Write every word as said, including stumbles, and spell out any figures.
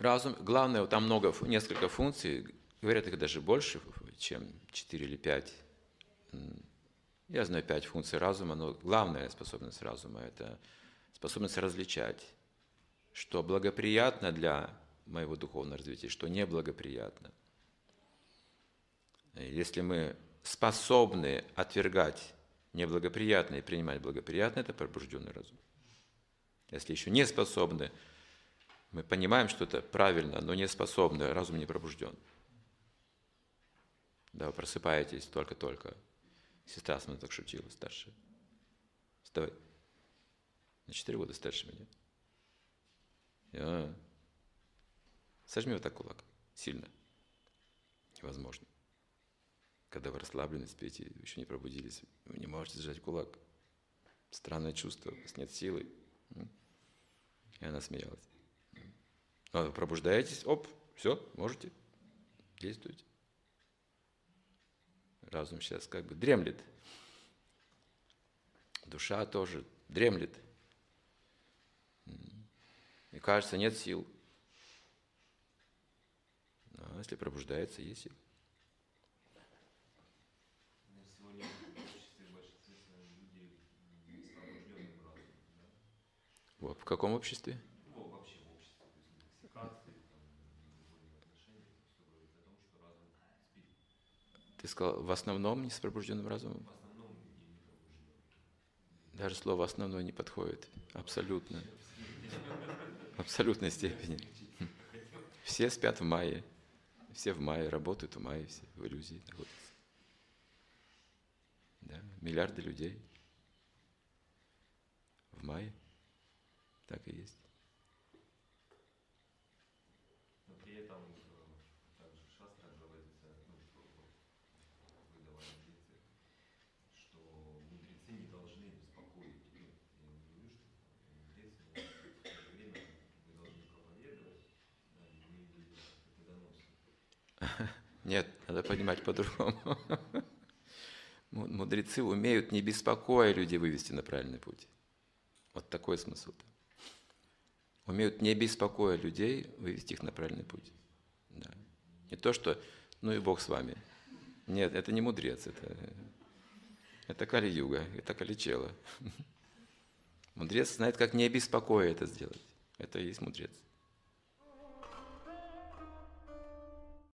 разум, главное, вот там много, несколько функций, говорят, их даже больше, чем четыре или пять. Я знаю пять функций разума, но главная способность разума – это способность различать, что благоприятно для моего духовного развития, что неблагоприятно. Если мы способны отвергать неблагоприятное и принимать благоприятное, это пробужденный разум. Если еще не способны, мы понимаем, что это правильно, но не способны, разум не пробужден. Да, вы просыпаетесь только-только. Сестра со мной так шутила, старшая. Вставай. На четыре года старше меня. Я... Сожми вот так кулак. Сильно. Невозможно. Когда вы расслаблены, спите, вы еще не пробудились, вы не можете сжать кулак. Странное чувство, у вас нет силы. И она смеялась. Но вы пробуждаетесь, оп, все, можете, действуйте. Разум сейчас как бы дремлет. Душа тоже дремлет. И кажется, нет сил. Но если пробуждается, есть сила. Сегодня в обществе в большинстве своем людей с пробужденным разумом, да? Вот. В каком обществе? Ну, вообще в обществе, то есть интоксикации, любые отношения, все говорит о том, что разум спит. Ты сказал, в основном не с пробужденным разумом? В основном и не пробужденным. Даже слово «основной» не подходит. Абсолютно. В абсолютной степени. Все спят в мае. Все в мае, работают в мае, все в иллюзии находятся. Да, миллиарды людей в мае. Так и есть. Но при этом также в шастрах говорится, ну, что вы давали лекции, что мудрецы не должны беспокоить. Ну, я не говорю, что мудрец, но в то же время вы должны проповедовать, да, и мы людям это доносим. Нет, надо понимать по-другому. Мудрецы умеют, не беспокоя людей, вывести на правильный путь. Вот такой смысл. Умеют, не беспокоя людей, вывести их на правильный путь. Да. Не то, что ну и Бог с вами. Нет, это не мудрец, это, это Кали-юга, это Кали-чела. Мудрец знает, как не беспокоя это сделать. Это и есть мудрец.